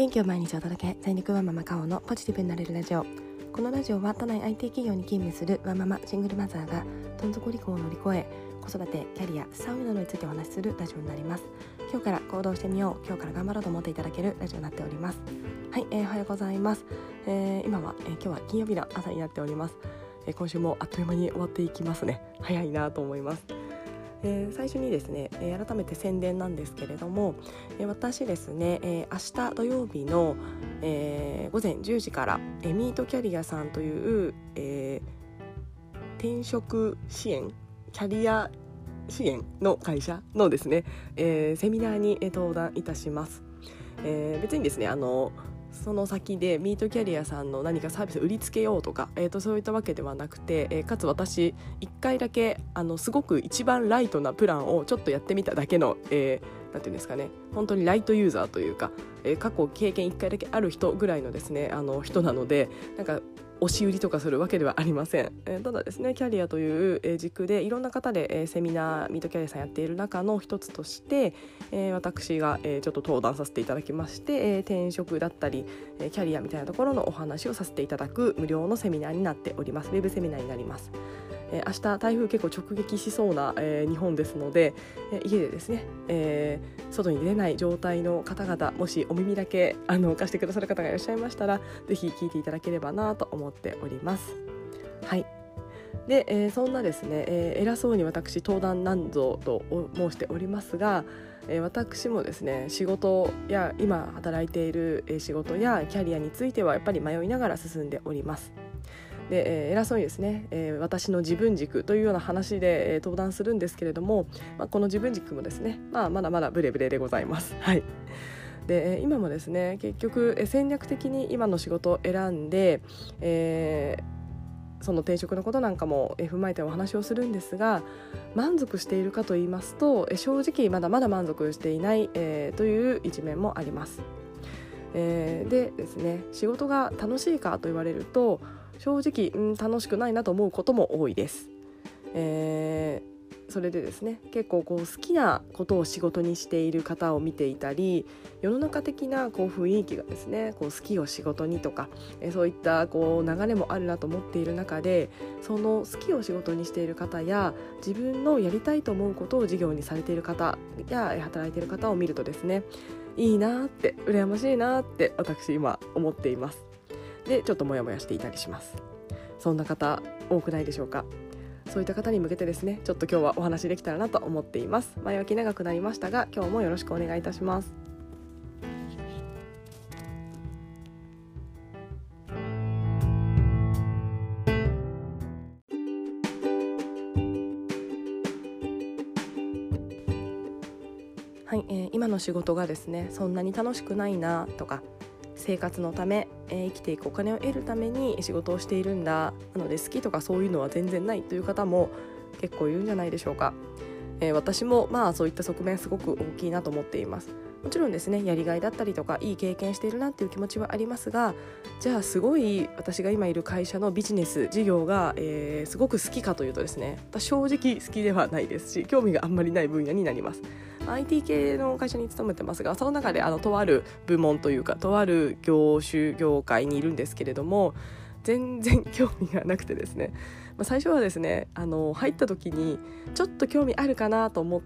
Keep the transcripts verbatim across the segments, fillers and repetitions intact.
元気を毎日お届け、全力ワンママカオのポジティブになれるラジオ。このラジオは都内 アイティー 企業に勤務するワンママシングルマザーがどん底離婚を乗り越え、子育て、キャリア、資産運などについてお話しするラジオになります。今日から行動してみよう、今日から頑張ろうと思っていただけるラジオになっております。はい、えー、おはようございます。えー、今は、えー、今日は金曜日の朝になっております。えー、今週もあっという間に終わっていきますね。早いなと思います。えー、最初にですね、えー、改めて宣伝なんですけれども、えー、私ですね、えー、明日土曜日の、えー、ごぜんじゅうじから、えー、ミートキャリアさんという、えー、転職支援キャリア支援の会社のですね、えー、セミナーに登壇いたします。えー、別にですね、あのその先でミートキャリアさんの何かサービスを売りつけようとか、えー、とそういったわけではなくて、えー、かつ私いっかいだけあのすごく一番ライトなプランをちょっとやってみただけの、えー、なんていうんですかね、本当にライトユーザーというか、えー、過去経験いっかいだけある人ぐらいのですね、あの人なので、なんか押し売りとかするわけではありません。えー、ただですね、キャリアという、えー、軸でいろんな方で、えー、セミナーミートキャリアさんやっている中の一つとして、えー、私が、えー、ちょっと登壇させていただきまして、えー、転職だったり、えー、キャリアみたいなところのお話をさせていただく無料のセミナーになっております。ウェブセミナーになります。えー、明日台風結構直撃しそうな、えー、日本ですので、えー、家でですね、えー、外に出れない状態の方々、もしお耳だけあの貸してくださる方がいらっしゃいましたら、ぜひ聞いていただければなと思っております。はい。で、えー、そんなですね、えー、偉そうに私登壇なんぞと申しておりますが、えー、私もですね、仕事や今働いている仕事やキャリアについてはやっぱり迷いながら進んでおります。で、えー、偉そうにですね、えー、私の自分軸というような話で、えー、登壇するんですけれども、まあ、この自分軸もですね、まあ、まだまだブレブレでございます。はい。で、今もですね、結局戦略的に今の仕事を選んで、えー、その転職のことなんかも踏まえてお話をするんですが、満足しているかと言いますと、正直まだまだ満足していない、えー、という一面もあります。えー、でですね、仕事が楽しいかと言われると正直、うん、楽しくないなと思うことも多いです。えーそれでですね、結構こう好きなことを仕事にしている方を見ていたり、世の中的なこう雰囲気がですね、こう好きを仕事にとか、えそういったこう流れもあるなと思っている中で、その好きを仕事にしている方や自分のやりたいと思うことを事業にされている方や働いている方を見るとですね、いいなって、羨ましいなって私今思っています。で、ちょっとモヤモヤしていたりします。そんな方多くないでしょうか。そういった方に向けてですね、ちょっと今日はお話できたらなと思っています。前置き長くなりましたが、今日もよろしくお願いいたします。はい、えー、今の仕事がですね、そんなに楽しくないなとか、生活のため、えー、生きていくお金を得るために仕事をしているんだ、なので好きとかそういうのは全然ないという方も結構いるんじゃないでしょうか。えー、私もまあそういった側面すごく大きいなと思っています。もちろんですね、やりがいだったりとかいい経験しているなっていう気持ちはありますが、じゃあすごい私が今いる会社のビジネス事業が、えー、すごく好きかというとですね、正直好きではないですし、興味があんまりない分野になります。アイティー 系の会社に勤めてますが、その中であのとある部門というかとある業種業界にいるんですけれども、全然興味がなくてですね、まあ、最初はですね、あの入った時にちょっと興味あるかなと思って、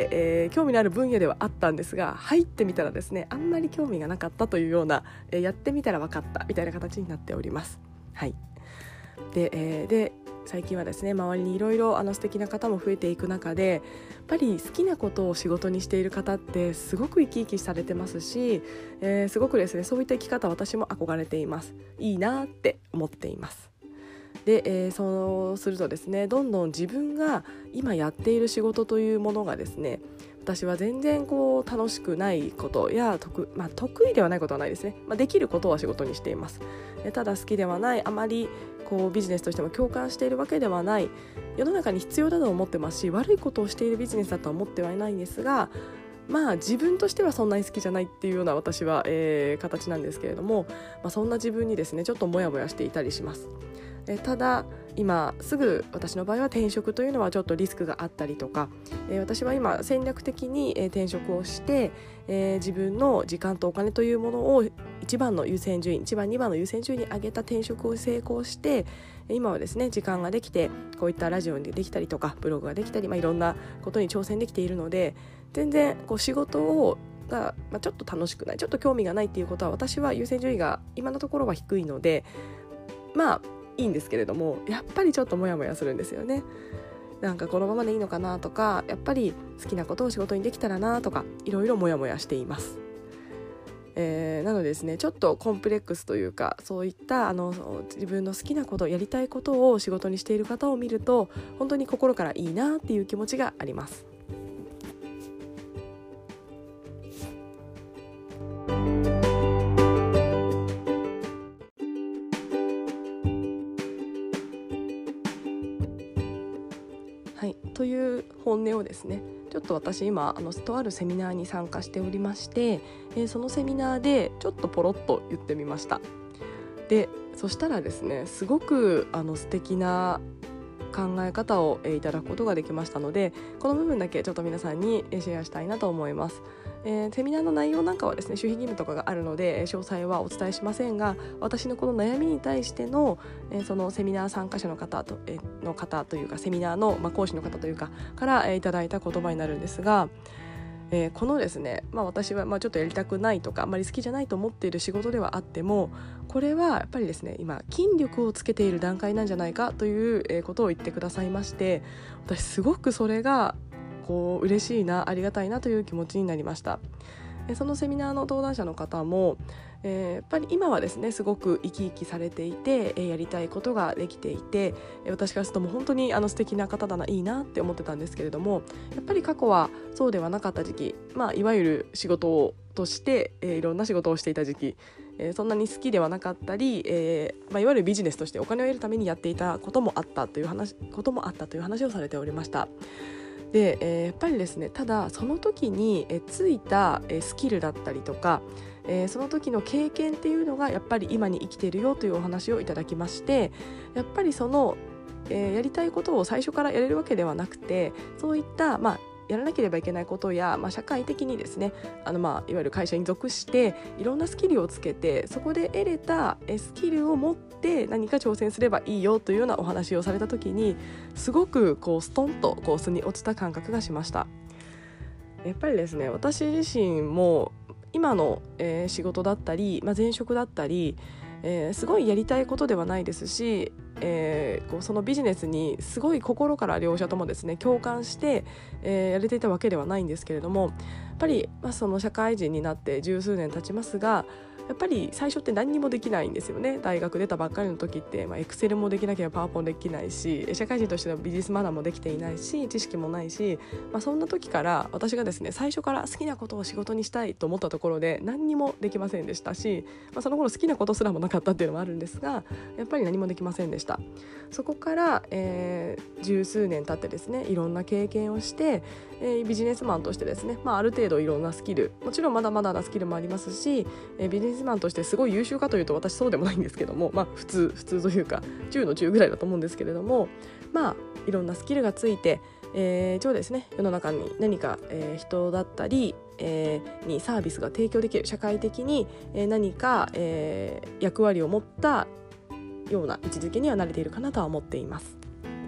えー、興味のある分野ではあったんですが、入ってみたらですね、あんまり興味がなかったというような、えー、やってみたら分かったみたいな形になっております。はい。で、えー、で最近はですね、周りにいろいろあの素敵な方も増えていく中で、やっぱり好きなことを仕事にしている方ってすごく生き生きされてますし、えー、すごくですね、そういった生き方私も憧れています。いいなって思っています。で、えー、そうするとですね、どんどん自分が今やっている仕事というものがですね、私は全然こう楽しくないことや得、まあ、得意ではないことはないですね、まあ、できることは仕事にしています。ただ好きではない、あまりこうビジネスとしても共感しているわけではない、世の中に必要だと思ってますし、悪いことをしているビジネスだとは思ってはいないんですが、まあ自分としてはそんなに好きじゃないっていうような私は、えー、形なんですけれども、まあ、そんな自分にですね、ちょっとモヤモヤしていたりします。 えただ今すぐ私の場合は転職というのはちょっとリスクがあったりとか、えー、私は今戦略的に、えー、転職をして、えー、自分の時間とお金というものを一番の優先順位いちばんにばんの優先順位に上げた転職を成功して、今はですね時間ができてこういったラジオにできたりとかブログができたり、まあ、いろんなことに挑戦できているので、全然こう仕事をが、まあ、ちょっと楽しくないちょっと興味がないっていうことは私は優先順位が今のところは低いのでまあいいんですけれども、やっぱりちょっとモヤモヤするんですよね。なんかこのままでいいのかなとか、やっぱり好きなことを仕事にできたらなとか、いろいろモヤモヤしています。えー、なのでですね、ちょっとコンプレックスというか、そういったあの自分の好きなこと、やりたいことを仕事にしている方を見ると、本当に心からいいなっていう気持ちがあります。はい、という本音をですね、ちょっと私今あのとあるセミナーに参加しておりまして、えー、そのセミナーでちょっとポロッと言ってみました。でそしたらですね、すごくあの素敵な考え方を、えー、いただくことができましたので、この部分だけちょっと皆さんにシェアしたいなと思います。えー、セミナーの内容なんかはですね、守秘義務とかがあるので詳細はお伝えしませんが、私のこの悩みに対しての、えー、そのセミナー参加者の方と、えー、の方というかセミナーの、まあ、講師の方というかから、えー、いただいた言葉になるんですが、えー、このですね、まあ、私はまあちょっとやりたくないとかあんまり好きじゃないと思っている仕事ではあっても、これはやっぱりですね今筋力をつけている段階なんじゃないかということを言ってくださいまして、私すごくそれがこう嬉しいな、ありがたいなという気持ちになりました。そのセミナーの登壇者の方も、えー、やっぱり今はですねすごく生き生きされていて、えー、やりたいことができていて、私からするともう本当にあの素敵な方だな、いいなって思ってたんですけれども、やっぱり過去はそうではなかった時期、まあ、いわゆる仕事をとして、えー、いろんな仕事をしていた時期、えー、そんなに好きではなかったり、えーまあ、いわゆるビジネスとしてお金を得るためにやっていたこともあったという話こともあったという話をされておりました。で、えー、やっぱりですね、ただその時に、えー、ついた、えー、スキルだったりとか、えー、その時の経験っていうのがやっぱり今に生きているよというお話をいただきまして、やっぱりその、えー、やりたいことを最初からやれるわけではなくて、そういった、まあやらなければいけないことや、まあ、社会的にですね、あのまあいわゆる会社に属していろんなスキルをつけて、そこで得れたスキルを持って何か挑戦すればいいよというようなお話をされた時に、すごくこうストンとこう巣に落ちた感覚がしました。やっぱりですね、私自身も今の、えー、仕事だったり、まあ、前職だったり、えー、すごいやりたいことではないですし、えー、こうそのビジネスにすごい心から両者ともですね共感して、えー、やれていたわけではないんですけれども、やっぱり、まあ、その社会人になって十数年経ちますが、やっぱり最初って何にもできないんですよね。大学出たばっかりの時って、まあ、エクセルもできなければパワポンできないし、社会人としてのビジネスマナーもできていないし、知識もないし、まあ、そんな時から私がですね最初から好きなことを仕事にしたいと思ったところで何にもできませんでしたし、まあ、その頃好きなことすらもなかったっていうのもあるんですが、やっぱり何もできませんでした。そこから、えー、十数年経ってですねいろんな経験をして、えー、ビジネスマンとしてですね、まあ、ある程度いろんなスキル、もちろんまだまだなスキルもありますし、えー、ビジネスマンとしてすごい優秀かというと私そうでもないんですけども、まあ、普通普通というかじゅうのじゅうぐらいだと思うんですけれども、まあいろんなスキルがついて、えー、一応ですね世の中に何か、えー、人だったり、えー、にサービスが提供できる、社会的に、えー、何か、えー、役割を持ったような位置づけには慣れているかなとは思っています。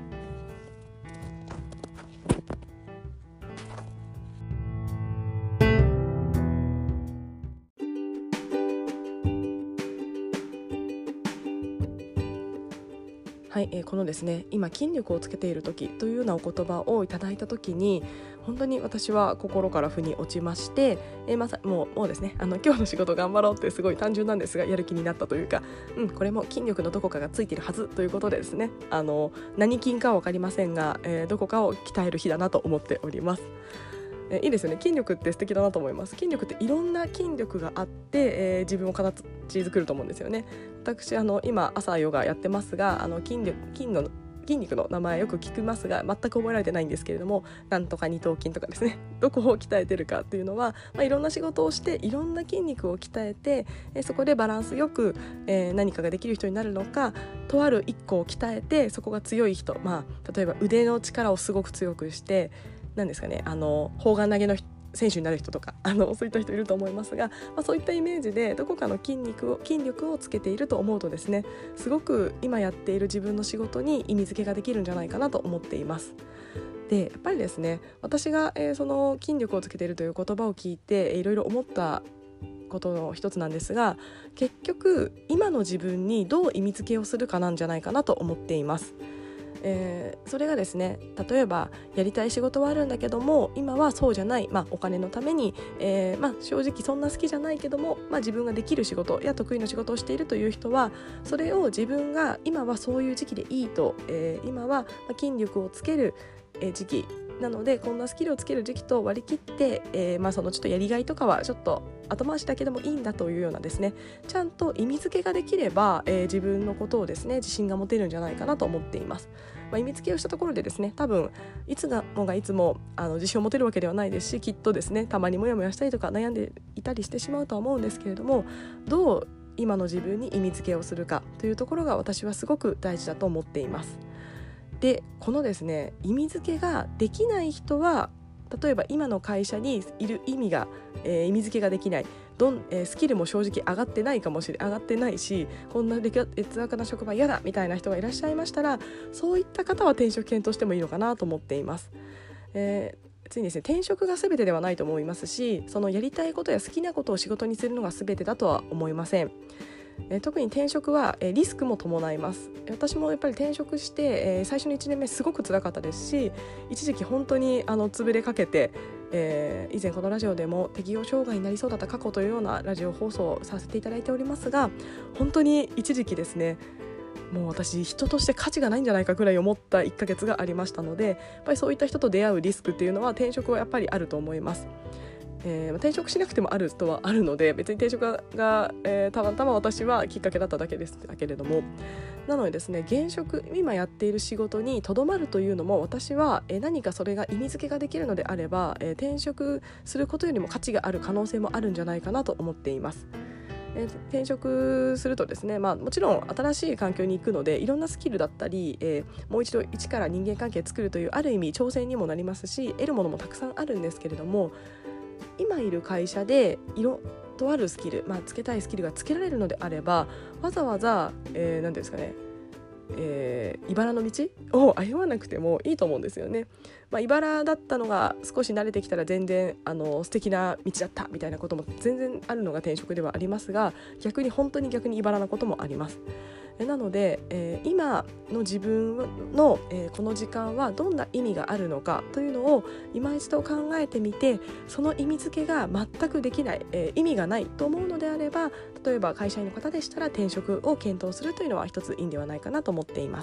はい、えー、このですね今筋力をつけている時というようなお言葉をいただいた時に、本当に私は心から腑に落ちまして、えー、まさもうもうですねあの今日の仕事頑張ろうってすごい単純なんですがやる気になったというか、うん、これも筋力のどこかがついているはずということでですね、あの何筋かは分かりませんが、えー、どこかを鍛える日だなと思っております。えいいですよね。筋力って素敵だなと思います。筋力っていろんな筋力があって、えー、自分を形作ると思うんですよね。私あの今朝ヨガやってますが、あの筋力筋の筋肉の名前よく聞きますが全く覚えられてないんですけれども、なんとか二頭筋とかですね、どこを鍛えてるかっていうのは、まあ、いろんな仕事をしていろんな筋肉を鍛えて、えー、そこでバランスよく、えー、何かができる人になるのか、とある一個を鍛えてそこが強い人、まあ、例えば腕の力をすごく強くして何ですかね、あの砲丸投げの選手になる人とか、あのそういった人いると思いますが、まあ、そういったイメージでどこかの筋肉を筋力をつけていると思うとですね、すごく今やっている自分の仕事に意味付けができるんじゃないかなと思っています。でやっぱりですね、私が、えー、その筋力をつけているという言葉を聞いていろいろ思ったことの一つなんですが、結局今の自分にどう意味付けをするかなんじゃないかなと思っています。えー、それがですね、例えばやりたい仕事はあるんだけども今はそうじゃない、まあ、お金のために、えーまあ、正直そんな好きじゃないけども、まあ、自分ができる仕事や得意な仕事をしているという人は、それを自分が今はそういう時期でいいと、えー、今は筋力をつける時期なのでこんなスキルをつける時期と割り切って、えーまあ、そのちょっとやりがいとかはちょっと後回しだけでもいいんだというようなですね、ちゃんと意味付けができれば、えー、自分のことをですね自信が持てるんじゃないかなと思っています。まあ、意味付けをしたところでですね、多分いつもがいつもあの自信を持てるわけではないですし、きっとですねたまにモヤモヤしたりとか悩んでいたりしてしまうとは思うんですけれども、どう今の自分に意味付けをするかというところが私はすごく大事だと思っています。でこのですね意味付けができない人は、例えば今の会社にいる意味が、えー、意味付けができない、どん、えー、スキルも正直上がってないかもしれ上がってないし、こんな劣悪な職場嫌だみたいな人がいらっしゃいましたら、そういった方は転職検討してもいいのかなと思っています。えー別にですね、転職が全てではないと思いますし、そのやりたいことや好きなことを仕事にするのが全てだとは思いません。えー、特に転職は、えー、リスクも伴います。私もやっぱり転職して、えー、最初のいちねんめすごく辛かったですし、一時期本当にあの潰れかけて、えー、以前このラジオでも適応障害になりそうだった過去というようなラジオ放送をさせていただいておりますが、本当に一時期ですね、もう私人として価値がないんじゃないかくらい思ったいっかげつがありましたので、やっぱりそういった人と出会うリスクっていうのは転職はやっぱりあると思います。えー、転職しなくてもあるとはあるので、別に転職が、えー、たまたま私はきっかけだっただけですけれども、なのでですね、現職今やっている仕事にとどまるというのも、私は、えー、何かそれが意味付けができるのであれば、えー、転職することよりも価値がある可能性もあるんじゃないかなと思っています。えー、転職するとですね、まあ、もちろん新しい環境に行くのでいろんなスキルだったり、えー、もう一度一から人間関係作るというある意味挑戦にもなりますし、得るものもたくさんあるんですけれども、今いる会社で色とあるスキル、まあ、つけたいスキルがつけられるのであれば、わざわざ、えー、何ですかね、えー、茨の道を歩まなくてもいいと思うんですよね。まあ、茨だったのが少し慣れてきたら全然あの素敵な道だったみたいなことも全然あるのが転職ではありますが、逆に本当に逆に茨なこともあります。なので、えー、今の自分の、えー、この時間はどんな意味があるのかというのを今一度考えてみて、その意味付けが全くできない、えー、意味がないと思うのであれば、例えば会社員の方でしたら転職を検討するというのは一ついいんではないかなと思っています。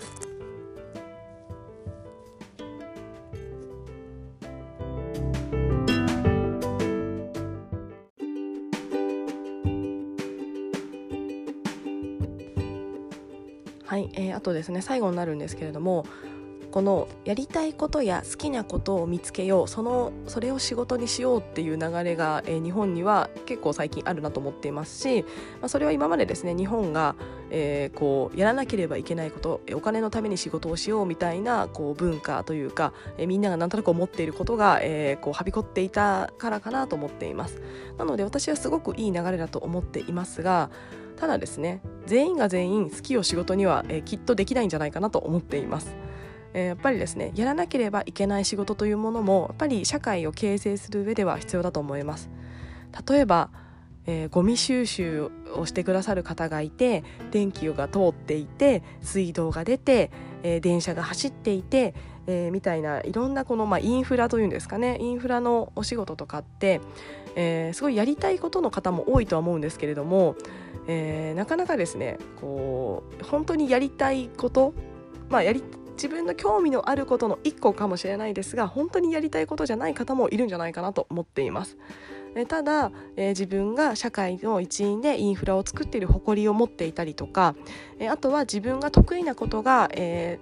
はい、えー、あとですね、最後になるんですけれども、このやりたいことや好きなことを見つけよう、そのそれを仕事にしようっていう流れが、えー、日本には結構最近あるなと思っていますし、まあ、それは今までですね、日本が、えー、こうやらなければいけないこと、お金のために仕事をしようみたいなこう文化というか、えー、みんながなんとなく思っていることが、えー、こうはびこっていたからかなと思っています。なので私はすごくいい流れだと思っていますが、ただですね、全員が全員好きを仕事には、えー、きっとできないんじゃないかなと思っています。えー、やっぱりですね、やらなければいけない仕事というものもやっぱり社会を形成する上では必要だと思います。例えば、えー、ゴミ収集をしてくださる方がいて、電気が通っていて、水道が出て、えー、電車が走っていて、えー、みたいないろんなこの、まあ、インフラというんですかね、インフラのお仕事とかって、えー、すごいやりたいことの方も多いとは思うんですけれども、えー、なかなかですね、こう本当にやりたいこと、まあ、やり自分の興味のあることの一個かもしれないですが、本当にやりたいことじゃない方もいるんじゃないかなと思っています。えただ、えー、自分が社会の一員でインフラを作っている誇りを持っていたりとか、えー、あとは自分が得意なことが、えー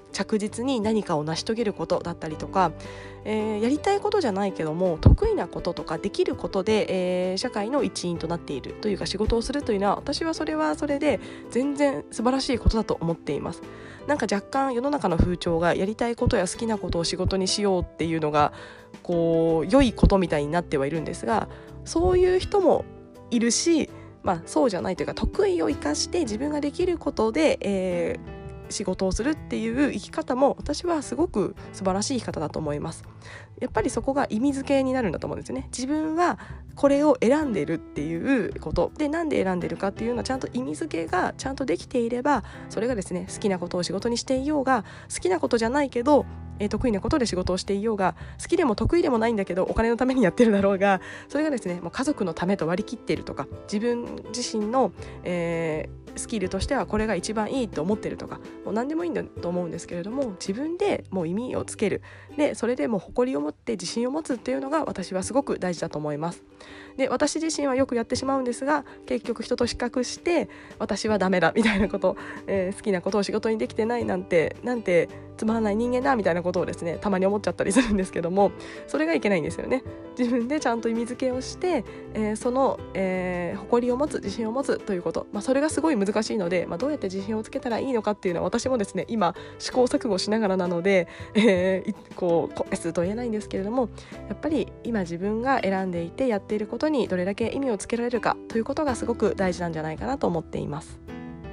着実に何かを成し遂げることだったりとか、えー、やりたいことじゃないけども得意なこととかできることで、えー、社会の一員となっているというか仕事をするというのは、私はそれはそれで全然素晴らしいことだと思っています。なんか若干世の中の風潮がやりたいことや好きなことを仕事にしようっていうのがこう良いことみたいになってはいるんですが、そういう人もいるし、まあ、そうじゃないというか得意を生かして自分ができることで、えー仕事をするっていう生き方も私はすごく素晴らしい生き方だと思います。やっぱりそこが意味付けになるんだと思うんですよね。自分はこれを選んでるっていうことで、なんで選んでるかっていうのはちゃんと意味付けがちゃんとできていれば、それがですね好きなことを仕事にしていようが、好きなことじゃないけどえー、得意なことで仕事をしていようが、好きでも得意でもないんだけどお金のためにやってるだろうが、それがですねもう家族のためと割り切っているとか、自分自身の、えー、スキルとしてはこれが一番いいと思ってるとか、もう何でもいいんだと思うんですけれども、自分でもう意味をつける、でそれでもう誇りを持って自信を持つっていうのが私はすごく大事だと思います。で私自身はよくやってしまうんですが、結局人と比較して私はダメだみたいなこと、えー、好きなことを仕事にできてないなんてなんてつまらない人間だみたいなことをですねたまに思っちゃったりするんですけども、それがいけないんですよね。自分でちゃんと意味付けをして、えー、その、えー、誇りを持つ、自信を持つということ、まあ、それがすごい難しいので、まあ、どうやって自信をつけたらいいのかっていうのは私もですね今試行錯誤しながらなので、えー、こう個別と言えないんですけれども、やっぱり今自分が選んでいてやっていることにどれだけ意味をつけられるかということがすごく大事なんじゃないかなと思っています。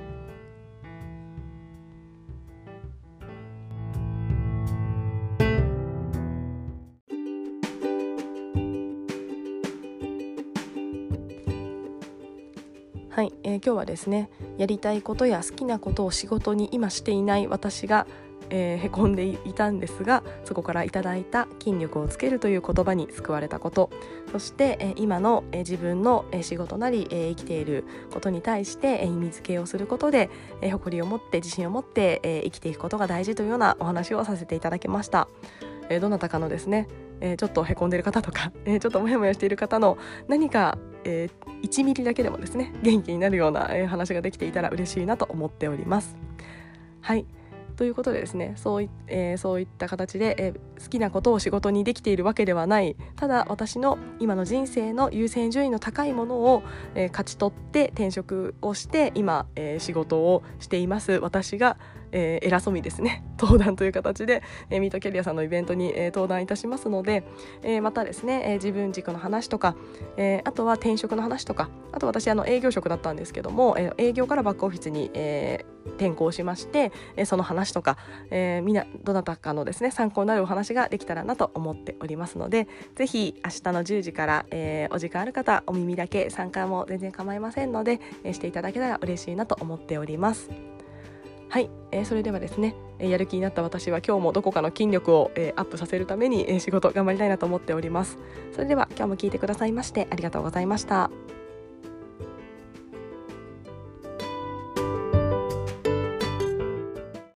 はい、えー、今日はですね、やりたいことや好きなことを仕事に今していない私が、えー、へこんでいたんですが、そこからいただいた筋力をつけるという言葉に救われたこと、そして、えー、今の、えー、自分の、えー、仕事なり、えー、生きていることに対して、えー、意味付けをすることで、えー、誇りを持って自信を持って、えー、生きていくことが大事というようなお話をさせていただきました。えー、どなたかのですね、えー、ちょっとへこんでいる方とか、えー、ちょっとモヤモヤしている方の何か、えー、いちミリだけでもですね元気になるような、えー、話ができていたら嬉しいなと思っております。はい、ということでですね、そうい、えー、そういった形で、えー、好きなことを仕事にできているわけではない、ただ私の今の人生の優先順位の高いものを、えー、勝ち取って転職をして今、えー、仕事をしています私が、えー、偉そうにですね登壇という形で、えー、ミートキャリアさんのイベントに、えー、登壇いたしますので、えー、またですね、えー、自分軸の話とか、えー、あとは転職の話とか、あと私あの営業職だったんですけども、えー、営業からバックオフィスに、えー、転校しまして、えー、その話とか、えー、みんなどなたかのですね参考になるお話ができたらなと思っておりますので、ぜひ明日のじゅうじから、えー、お時間ある方お耳だけ参加も全然構いませんので、えー、していただけたら嬉しいなと思っております。はい、えー、それではですね、えー、やる気になった私は今日もどこかの筋力を、えー、アップさせるために、えー、仕事頑張りたいなと思っております。それでは今日も聞いてくださいましてありがとうございました。